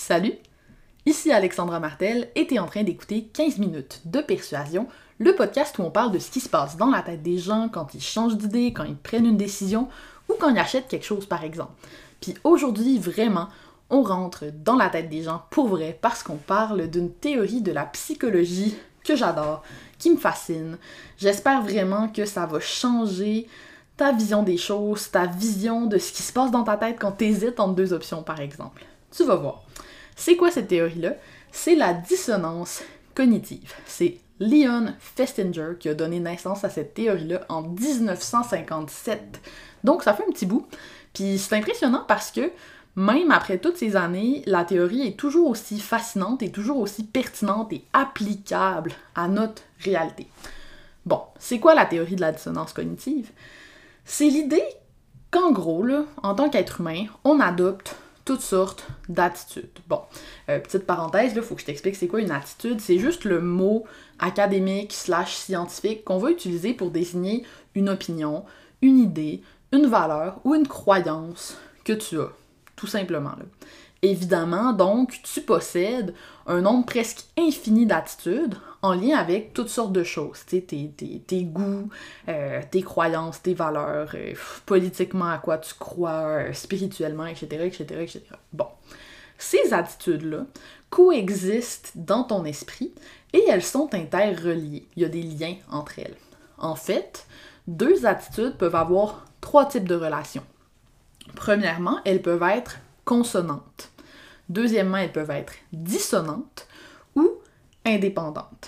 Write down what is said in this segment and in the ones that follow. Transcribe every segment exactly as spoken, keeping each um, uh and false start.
Salut! Ici Alexandra Martel et t'es en train d'écouter quinze minutes de persuasion, le podcast où on parle de ce qui se passe dans la tête des gens quand ils changent d'idée, quand ils prennent une décision ou quand ils achètent quelque chose par exemple. Puis aujourd'hui, vraiment, on rentre dans la tête des gens pour vrai parce qu'on parle d'une théorie de la psychologie que j'adore, qui me fascine. J'espère vraiment que ça va changer ta vision des choses, ta vision de ce qui se passe dans ta tête quand t'hésites entre deux options par exemple. Tu vas voir. C'est quoi cette théorie-là? C'est la dissonance cognitive. C'est Leon Festinger qui a donné naissance à cette théorie-là en dix-neuf cent cinquante-sept. Donc ça fait un petit bout. Puis c'est impressionnant parce que même après toutes ces années, la théorie est toujours aussi fascinante et toujours aussi pertinente et applicable à notre réalité. Bon, c'est quoi la théorie de la dissonance cognitive? C'est l'idée qu'en gros, là, en tant qu'être humain, on adopte toutes sortes d'attitudes. Bon, euh, petite parenthèse, il faut que je t'explique c'est quoi une attitude. C'est juste le mot académique slash scientifique qu'on va utiliser pour désigner une opinion, une idée, une valeur ou une croyance que tu as, tout simplement. Là. Évidemment, donc, tu possèdes un nombre presque infini d'attitudes en lien avec toutes sortes de choses. Tu sais, tes, tes, tes goûts, euh, tes croyances, tes valeurs, euh, politiquement à quoi tu crois, euh, spirituellement, et cetera, et cetera, et cetera. Bon, ces attitudes-là coexistent dans ton esprit et elles sont interreliées. Il y a des liens entre elles. En fait, deux attitudes peuvent avoir trois types de relations. Premièrement, elles peuvent être consonantes. Deuxièmement, elles peuvent être dissonantes ou indépendantes.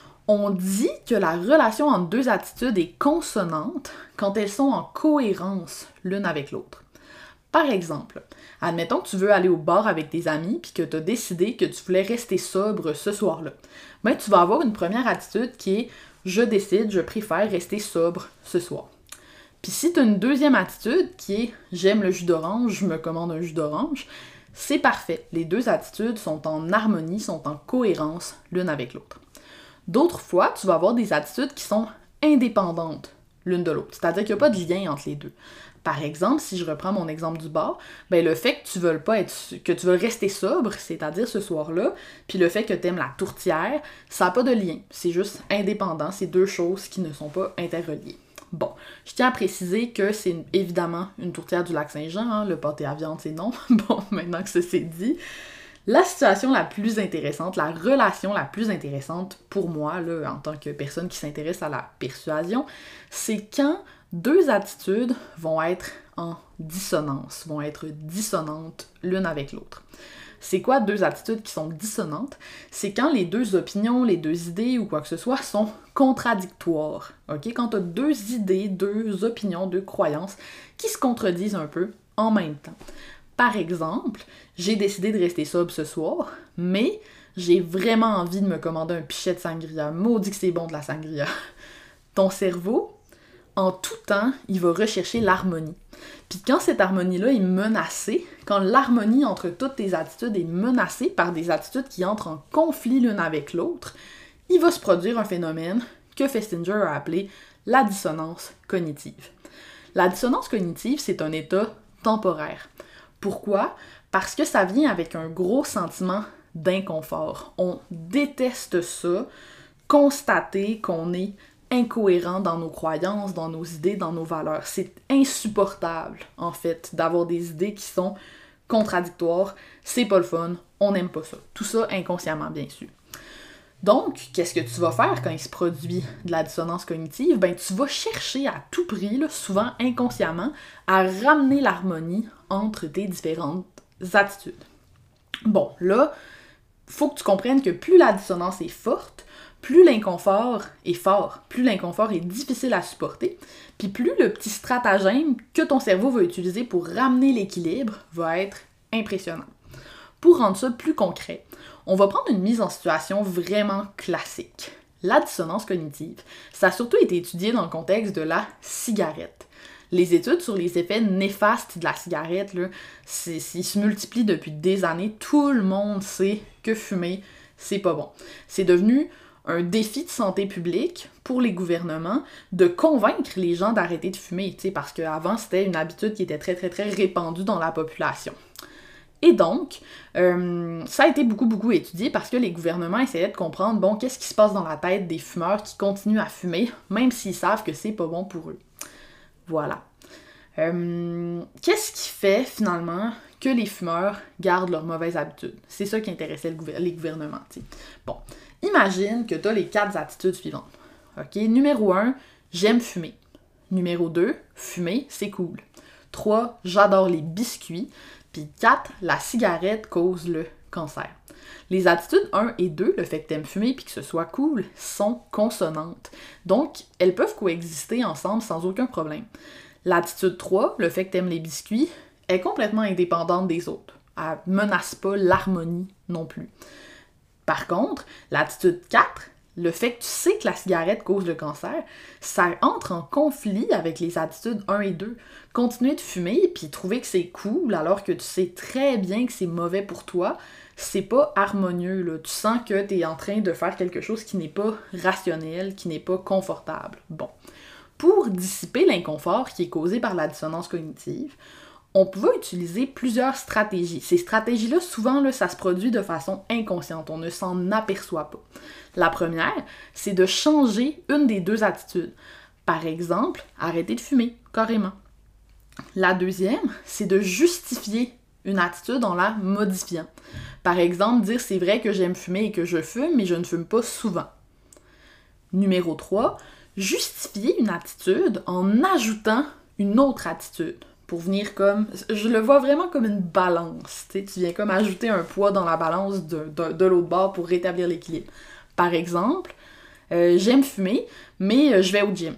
On dit que la relation entre deux attitudes est consonante quand elles sont en cohérence l'une avec l'autre. Par exemple, admettons que tu veux aller au bar avec tes amis puis que tu as décidé que tu voulais rester sobre ce soir-là. Ben, tu vas avoir une première attitude qui est « je décide, je préfère rester sobre ce soir ». Puis si tu as une deuxième attitude qui est « j'aime le jus d'orange, je me commande un jus d'orange », c'est parfait. Les deux attitudes sont en harmonie, sont en cohérence l'une avec l'autre. D'autres fois, tu vas avoir des attitudes qui sont indépendantes l'une de l'autre, c'est-à-dire qu'il n'y a pas de lien entre les deux. Par exemple, si je reprends mon exemple du bar, ben le fait que tu veuilles pas être, que tu veux rester sobre, c'est-à-dire ce soir-là, puis le fait que tu aimes la tourtière, ça n'a pas de lien. C'est juste indépendant, c'est deux choses qui ne sont pas interreliées. Bon, je tiens à préciser que c'est une, évidemment une tourtière du Lac-Saint-Jean, hein, le pâté à viande c'est non. Bon, maintenant que ça c'est dit, la situation la plus intéressante, la relation la plus intéressante pour moi, là, en tant que personne qui s'intéresse à la persuasion, c'est quand deux attitudes vont être en dissonance, vont être dissonantes l'une avec l'autre. C'est quoi deux attitudes qui sont dissonantes? C'est quand les deux opinions, les deux idées ou quoi que ce soit sont contradictoires. Okay? Quand tu as deux idées, deux opinions, deux croyances qui se contredisent un peu en même temps. Par exemple, j'ai décidé de rester sobre ce soir, mais j'ai vraiment envie de me commander un pichet de sangria. Maudit que c'est bon de la sangria. Ton cerveau, en tout temps, il va rechercher l'harmonie. Puis quand cette harmonie-là est menacée, quand l'harmonie entre toutes tes attitudes est menacée par des attitudes qui entrent en conflit l'une avec l'autre, il va se produire un phénomène que Festinger a appelé la dissonance cognitive. La dissonance cognitive, c'est un état temporaire. Pourquoi? Parce que ça vient avec un gros sentiment d'inconfort. On déteste ça, constater qu'on est incohérent dans nos croyances, dans nos idées, dans nos valeurs. C'est insupportable, en fait, d'avoir des idées qui sont contradictoires. C'est pas le fun, on n'aime pas ça. Tout ça inconsciemment, bien sûr. Donc, qu'est-ce que tu vas faire quand il se produit de la dissonance cognitive? Ben, tu vas chercher à tout prix, là, souvent inconsciemment, à ramener l'harmonie entre tes différentes attitudes. Bon, là, faut que tu comprennes que plus la dissonance est forte, plus l'inconfort est fort, plus l'inconfort est difficile à supporter, puis plus le petit stratagème que ton cerveau va utiliser pour ramener l'équilibre va être impressionnant. Pour rendre ça plus concret, on va prendre une mise en situation vraiment classique. La dissonance cognitive, ça a surtout été étudié dans le contexte de la cigarette. Les études sur les effets néfastes de la cigarette, là, c'est, c'est, ils se multiplient depuis des années. Tout le monde sait que fumer, c'est pas bon. C'est devenu un défi de santé publique pour les gouvernements de convaincre les gens d'arrêter de fumer, tu sais, parce qu'avant, c'était une habitude qui était très, très, très répandue dans la population. Et donc, euh, ça a été beaucoup, beaucoup étudié parce que les gouvernements essayaient de comprendre, bon, qu'est-ce qui se passe dans la tête des fumeurs qui continuent à fumer, même s'ils savent que c'est pas bon pour eux. Voilà. Euh, qu'est-ce qui fait, finalement, que les fumeurs gardent leurs mauvaises habitudes? C'est ça qui intéressait le gouver- les gouvernements, t'sais. Bon, imagine que tu as les quatre attitudes suivantes. OK, numéro un, j'aime fumer. Numéro deux, fumer, c'est cool. trois, j'adore les biscuits. Puis quatre, la cigarette cause le cancer. Les attitudes un et deux, le fait que t'aimes fumer puis que ce soit cool, sont consonantes. Donc, elles peuvent coexister ensemble sans aucun problème. L'attitude trois, le fait que t'aimes les biscuits, est complètement indépendante des autres. Elle menace pas l'harmonie non plus. Par contre, l'attitude quatre, le fait que tu sais que la cigarette cause le cancer, ça entre en conflit avec les attitudes un et deux. Continuer de fumer puis trouver que c'est cool alors que tu sais très bien que c'est mauvais pour toi, c'est pas harmonieux, là. Tu sens que t'es en train de faire quelque chose qui n'est pas rationnel, qui n'est pas confortable. Bon. Pour dissiper l'inconfort qui est causé par la dissonance cognitive, on peut utiliser plusieurs stratégies. Ces stratégies-là, souvent, là, ça se produit de façon inconsciente. On ne s'en aperçoit pas. La première, c'est de changer une des deux attitudes. Par exemple, arrêter de fumer, carrément. La deuxième, c'est de justifier une attitude en la modifiant. Par exemple, dire c'est vrai que j'aime fumer et que je fume, mais je ne fume pas souvent. Numéro trois, justifier une attitude en ajoutant une autre attitude. Pour venir comme... Je le vois vraiment comme une balance. Tu sais, tu viens comme ajouter un poids dans la balance de, de, de l'autre bord pour rétablir l'équilibre. Par exemple, euh, j'aime fumer, mais euh, je vais au gym.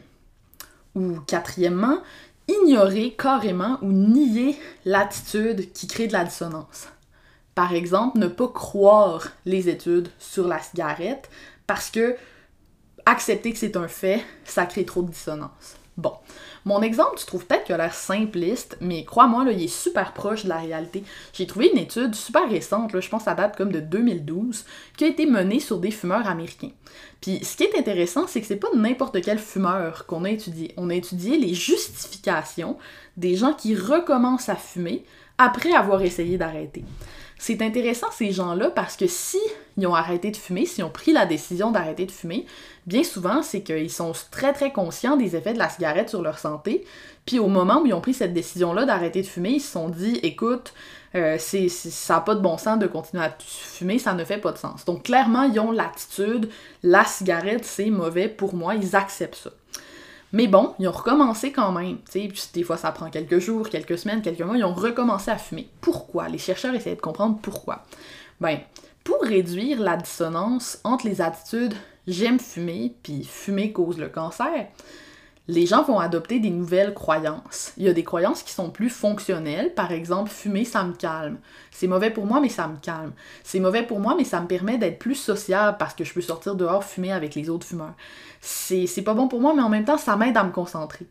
Ou quatrièmement, ignorer carrément ou nier l'attitude qui crée de la dissonance. Par exemple, ne pas croire les études sur la cigarette parce que accepter que c'est un fait, ça crée trop de dissonance. Bon, mon exemple, tu trouves peut-être qu'il a l'air simpliste, mais crois-moi, là, il est super proche de la réalité. J'ai trouvé une étude super récente, là, je pense que ça date comme de deux mille douze, qui a été menée sur des fumeurs américains. Puis ce qui est intéressant, c'est que c'est pas n'importe quel fumeur qu'on a étudié. On a étudié les justifications des gens qui recommencent à fumer après avoir essayé d'arrêter. C'est intéressant ces gens-là parce que si ils ont arrêté de fumer, s'ils ont pris la décision d'arrêter de fumer, bien souvent, c'est qu'ils sont très très conscients des effets de la cigarette sur leur santé, puis au moment où ils ont pris cette décision-là d'arrêter de fumer, ils se sont dit « Écoute, euh, c'est, c'est, ça n'a pas de bon sens de continuer à fumer, ça ne fait pas de sens. » Donc clairement, ils ont l'attitude « La cigarette, c'est mauvais pour moi », ils acceptent ça. Mais bon, ils ont recommencé quand même, tu sais, des fois ça prend quelques jours, quelques semaines, quelques mois, ils ont recommencé à fumer. Pourquoi? Les chercheurs essayaient de comprendre pourquoi. Ben, pour réduire la dissonance entre les attitudes « j'aime fumer » puis « fumer cause le cancer », les gens vont adopter des nouvelles croyances. Il y a des croyances qui sont plus fonctionnelles, par exemple, fumer, ça me calme. C'est mauvais pour moi, mais ça me calme. C'est mauvais pour moi, mais ça me permet d'être plus sociable parce que je peux sortir dehors fumer avec les autres fumeurs. C'est, c'est pas bon pour moi, mais en même temps, ça m'aide à me concentrer.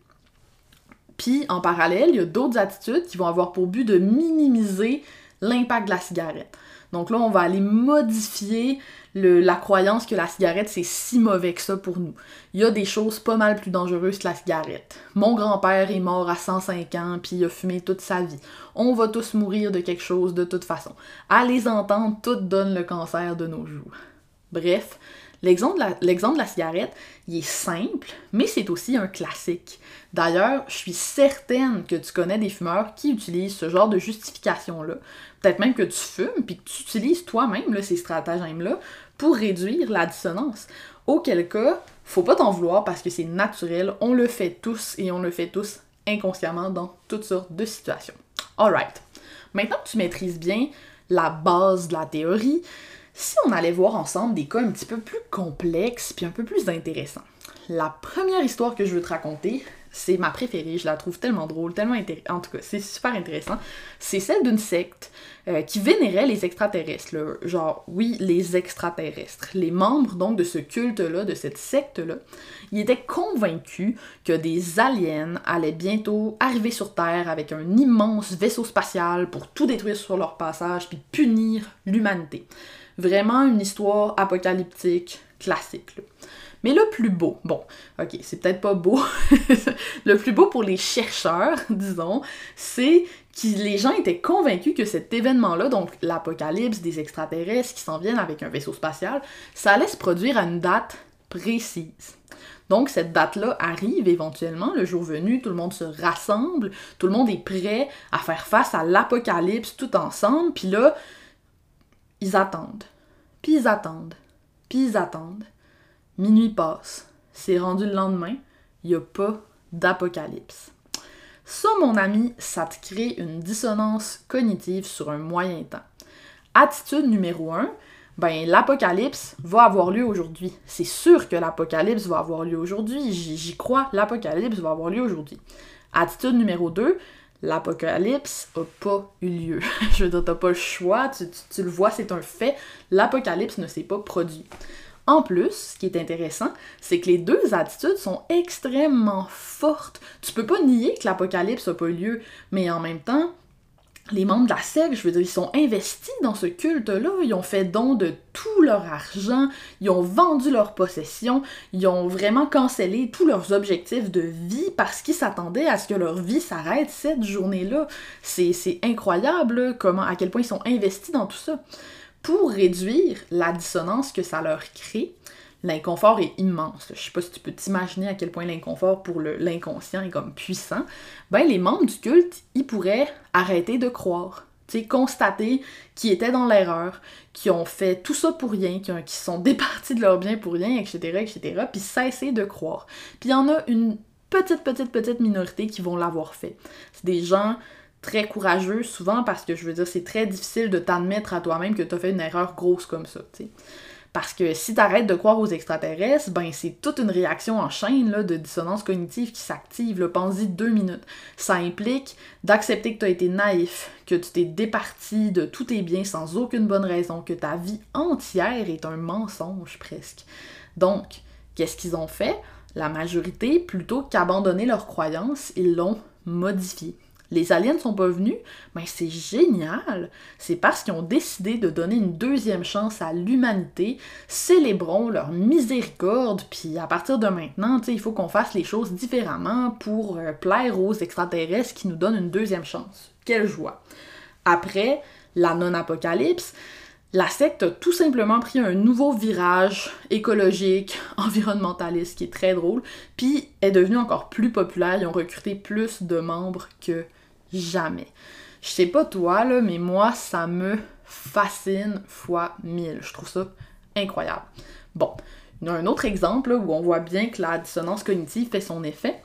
Puis, en parallèle, il y a d'autres attitudes qui vont avoir pour but de minimiser l'impact de la cigarette. Donc là, on va aller modifier le, la croyance que la cigarette, c'est si mauvais que ça pour nous. Il y a des choses pas mal plus dangereuses que la cigarette. Mon grand-père est mort à cent cinq ans, puis il a fumé toute sa vie. On va tous mourir de quelque chose de toute façon. À les entendre, toutes donnent le cancer de nos jours. Bref, l'exemple de, la, l'exemple de la cigarette, il est simple, mais c'est aussi un classique. D'ailleurs, je suis certaine que tu connais des fumeurs qui utilisent ce genre de justification-là. Peut-être même que tu fumes, puis que tu utilises toi-même là, ces stratagèmes-là pour réduire la dissonance. Auquel cas, faut pas t'en vouloir parce que c'est naturel, on le fait tous et on le fait tous inconsciemment dans toutes sortes de situations. Alright. Maintenant que tu maîtrises bien la base de la théorie, si on allait voir ensemble des cas un petit peu plus complexes puis un peu plus intéressants. La première histoire que je veux te raconter, c'est ma préférée, je la trouve tellement drôle, tellement intéressante, en tout cas, c'est super intéressant. C'est celle d'une secte euh, qui vénérait les extraterrestres, là. Genre, oui, les extraterrestres. Les membres, donc, de ce culte-là, de cette secte-là, ils étaient convaincus que des aliens allaient bientôt arriver sur Terre avec un immense vaisseau spatial pour tout détruire sur leur passage puis punir l'humanité. Vraiment une histoire apocalyptique classique, là. Mais le plus beau, bon, ok, c'est peut-être pas beau, le plus beau pour les chercheurs, disons, c'est qui les gens étaient convaincus que cet événement-là, donc l'apocalypse des extraterrestres qui s'en viennent avec un vaisseau spatial, ça allait se produire à une date précise. Donc cette date-là arrive éventuellement, le jour venu, tout le monde se rassemble, tout le monde est prêt à faire face à l'apocalypse tout ensemble, puis là, ils attendent, puis ils attendent, puis ils attendent. Minuit passe, c'est rendu le lendemain, il n'y a pas d'apocalypse. Ça, mon ami, ça te crée une dissonance cognitive sur un moyen temps. Attitude numéro un, ben l'apocalypse va avoir lieu aujourd'hui. C'est sûr que l'apocalypse va avoir lieu aujourd'hui, j'y, j'y crois, l'apocalypse va avoir lieu aujourd'hui. Attitude numéro deux, l'apocalypse a pas eu lieu. Je veux dire, t'as pas le choix, tu, tu, tu le vois, c'est un fait, l'apocalypse ne s'est pas produit. En plus, ce qui est intéressant, c'est que les deux attitudes sont extrêmement fortes. Tu peux pas nier que l'apocalypse n'a pas eu lieu, mais en même temps, les membres de la secte, je veux dire, ils sont investis dans ce culte-là, ils ont fait don de tout leur argent, ils ont vendu leurs possessions, ils ont vraiment cancellé tous leurs objectifs de vie parce qu'ils s'attendaient à ce que leur vie s'arrête cette journée-là. C'est, c'est incroyable, là, comment, à quel point ils sont investis dans tout ça. Pour réduire la dissonance que ça leur crée, l'inconfort est immense. Je sais pas si tu peux t'imaginer à quel point l'inconfort pour le, l'inconscient est comme puissant. Ben, les membres du culte, ils pourraient arrêter de croire. Tu sais, constater qu'ils étaient dans l'erreur, qu'ils ont fait tout ça pour rien, qu'ils qui sont départis de leur bien pour rien, et cetera, et cetera, puis cesser de croire. Puis il y en a une petite, petite, petite minorité qui vont l'avoir fait. C'est des gens très courageux, souvent, parce que, je veux dire, c'est très difficile de t'admettre à toi-même que t'as fait une erreur grosse comme ça, tu sais. Parce que si t'arrêtes de croire aux extraterrestres, ben c'est toute une réaction en chaîne là, de dissonance cognitive qui s'active, là, pense-y deux minutes. Ça implique d'accepter que t'as été naïf, que tu t'es départi de tous tes biens sans aucune bonne raison, que ta vie entière est un mensonge presque. Donc, qu'est-ce qu'ils ont fait? La majorité, plutôt qu'abandonner leurs croyances, ils l'ont modifiée. Les aliens ne sont pas venus, ben c'est génial! C'est parce qu'ils ont décidé de donner une deuxième chance à l'humanité, célébrons leur miséricorde, puis à partir de maintenant, il faut qu'on fasse les choses différemment pour euh, plaire aux extraterrestres qui nous donnent une deuxième chance. Quelle joie! Après la non-apocalypse, la secte a tout simplement pris un nouveau virage écologique, environnementaliste, qui est très drôle, puis est devenue encore plus populaire, ils ont recruté plus de membres que jamais. Je sais pas toi, là, mais moi, ça me fascine fois mille. Je trouve ça incroyable. Bon, il y a un autre exemple là, où on voit bien que la dissonance cognitive fait son effet.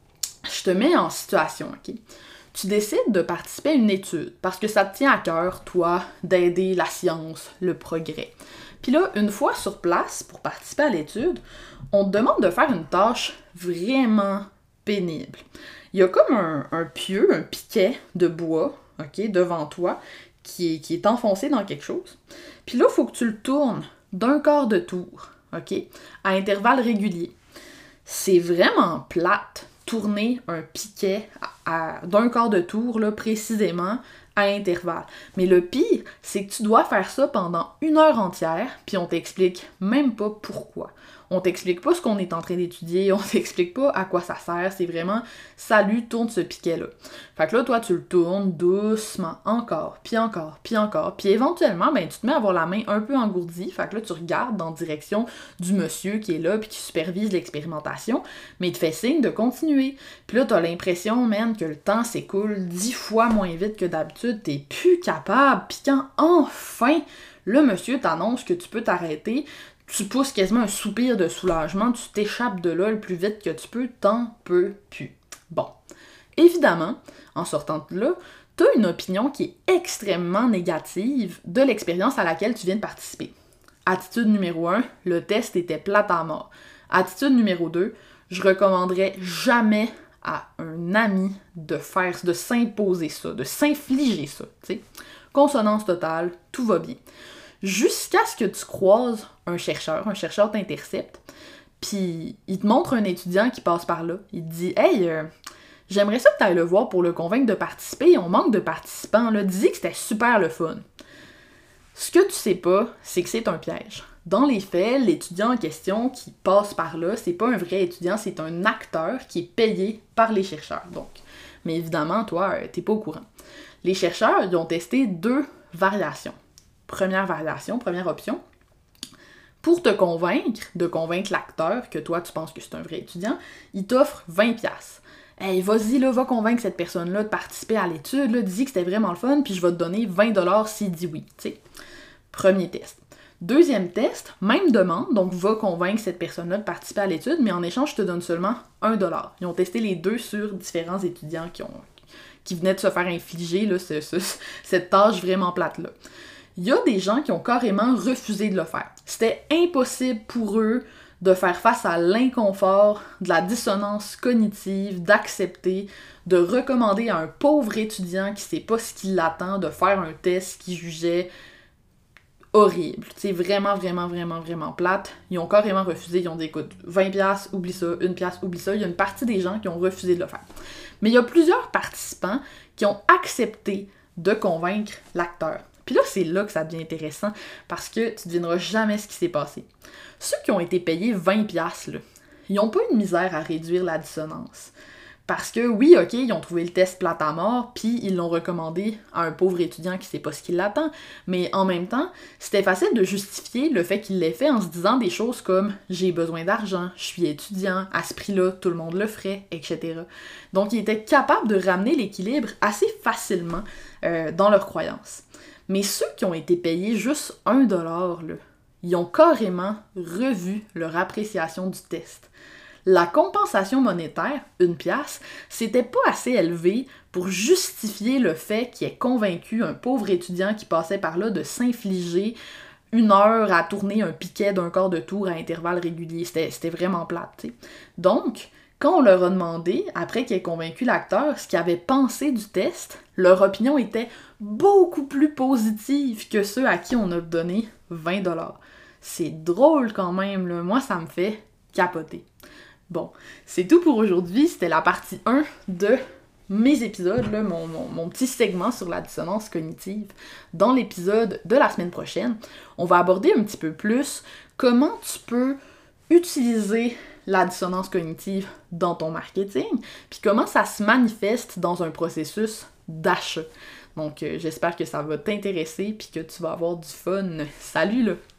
Je te mets en situation, ok? Tu décides de participer à une étude parce que ça te tient à cœur, toi, d'aider la science, le progrès. Puis là, une fois sur place, pour participer à l'étude, on te demande de faire une tâche vraiment pénible. Il y a comme un, un pieu, un piquet de bois, ok, devant toi, qui est, qui est enfoncé dans quelque chose. Puis là, il faut que tu le tournes d'un quart de tour, ok, à intervalles réguliers. C'est vraiment plate, tourner un piquet à, à, d'un quart de tour, là, précisément, à intervalles. Mais le pire, c'est que tu dois faire ça pendant une heure entière, puis on t'explique même pas pourquoi. On t'explique pas ce qu'on est en train d'étudier, on t'explique pas à quoi ça sert, c'est vraiment « salut, tourne ce piquet-là ». Fait que là, toi, tu le tournes doucement, encore, puis encore, puis encore, puis éventuellement, ben, tu te mets à avoir la main un peu engourdie, fait que là, tu regardes dans la direction du monsieur qui est là, puis qui supervise l'expérimentation, mais il te fait signe de continuer. Puis là, t'as l'impression, man, que le temps s'écoule dix fois moins vite que d'habitude, t'es plus capable, puis quand enfin, le monsieur t'annonce que tu peux t'arrêter, tu pousses quasiment un soupir de soulagement, tu t'échappes de là le plus vite que tu peux, t'en peux plus. Bon, évidemment, en sortant de là, t'as une opinion qui est extrêmement négative de l'expérience à laquelle tu viens de participer. Attitude numéro un, le test était plate à mort. Attitude numéro deux, je recommanderais jamais à un ami de faire, de s'imposer ça, de s'infliger ça, tu sais. Consonance totale, tout va bien. Jusqu'à ce que tu croises un chercheur, un chercheur t'intercepte, puis il te montre un étudiant qui passe par là. Il te dit « Hey, euh, j'aimerais ça que tu ailles le voir pour le convaincre de participer, on manque de participants, là, dis que c'était super le fun. » Ce que tu sais pas, c'est que c'est un piège. Dans les faits, l'étudiant en question qui passe par là, c'est pas un vrai étudiant, c'est un acteur qui est payé par les chercheurs. Donc, mais évidemment, toi, euh, t'es pas au courant. Les chercheurs, ils ont testé deux variations. Première variation, première option, pour te convaincre, de convaincre l'acteur que toi, tu penses que c'est un vrai étudiant, il t'offre vingt piastres. Hey, vas-y, là, va convaincre cette personne-là de participer à l'étude, là, dis que c'était vraiment le fun, puis je vais te donner vingt dollars s'il dit oui, tu sais. Premier test. Deuxième test, même demande, donc va convaincre cette personne-là de participer à l'étude, mais en échange, je te donne seulement un dollar. Ils ont testé les deux sur différents étudiants qui, ont, qui venaient de se faire infliger là, ce, ce, cette tâche vraiment plate-là. Il y a des gens qui ont carrément refusé de le faire. C'était impossible pour eux de faire face à l'inconfort, de la dissonance cognitive, d'accepter, de recommander à un pauvre étudiant qui sait pas ce qui l'attend de faire un test qu'il jugeait horrible. C'est vraiment, vraiment, vraiment, vraiment plate. Ils ont carrément refusé. Ils ont dit, écoute, vingt piastres, oublie ça, une piastre, oublie ça. Il y a une partie des gens qui ont refusé de le faire. Mais il y a plusieurs participants qui ont accepté de convaincre l'acteur. Puis là, c'est là que ça devient intéressant, parce que tu ne devineras jamais ce qui s'est passé. Ceux qui ont été payés vingt piastres, là, ils n'ont pas eu de misère à réduire la dissonance. Parce que oui, ok, ils ont trouvé le test plate à mort, puis ils l'ont recommandé à un pauvre étudiant qui sait pas ce qui l'attend, mais en même temps, c'était facile de justifier le fait qu'il l'ait fait en se disant des choses comme « j'ai besoin d'argent, je suis étudiant, à ce prix-là, tout le monde le ferait, et cetera » Donc, ils étaient capables de ramener l'équilibre assez facilement euh, dans leurs croyances. Mais ceux qui ont été payés juste un dollar, là, ils ont carrément revu leur appréciation du test. La compensation monétaire, une pièce, c'était pas assez élevé pour justifier le fait qu'il ait convaincu un pauvre étudiant qui passait par là de s'infliger une heure à tourner un piquet d'un quart de tour à intervalles réguliers. C'était, c'était vraiment plate, t'sais. Donc, quand on leur a demandé, après qu'il ait convaincu l'acteur, ce qu'il avait pensé du test, leur opinion était beaucoup plus positive que ceux à qui on a donné vingt dollars. C'est drôle quand même, là. Moi, ça me fait capoter. Bon, c'est tout pour aujourd'hui. C'était la partie un de mes épisodes, là, mon, mon, mon petit segment sur la dissonance cognitive. Dans l'épisode de la semaine prochaine, on va aborder un petit peu plus comment tu peux utiliser la dissonance cognitive dans ton marketing, puis comment ça se manifeste dans un processus d'achat. Donc, euh, j'espère que ça va t'intéresser, puis que tu vas avoir du fun. Salut là!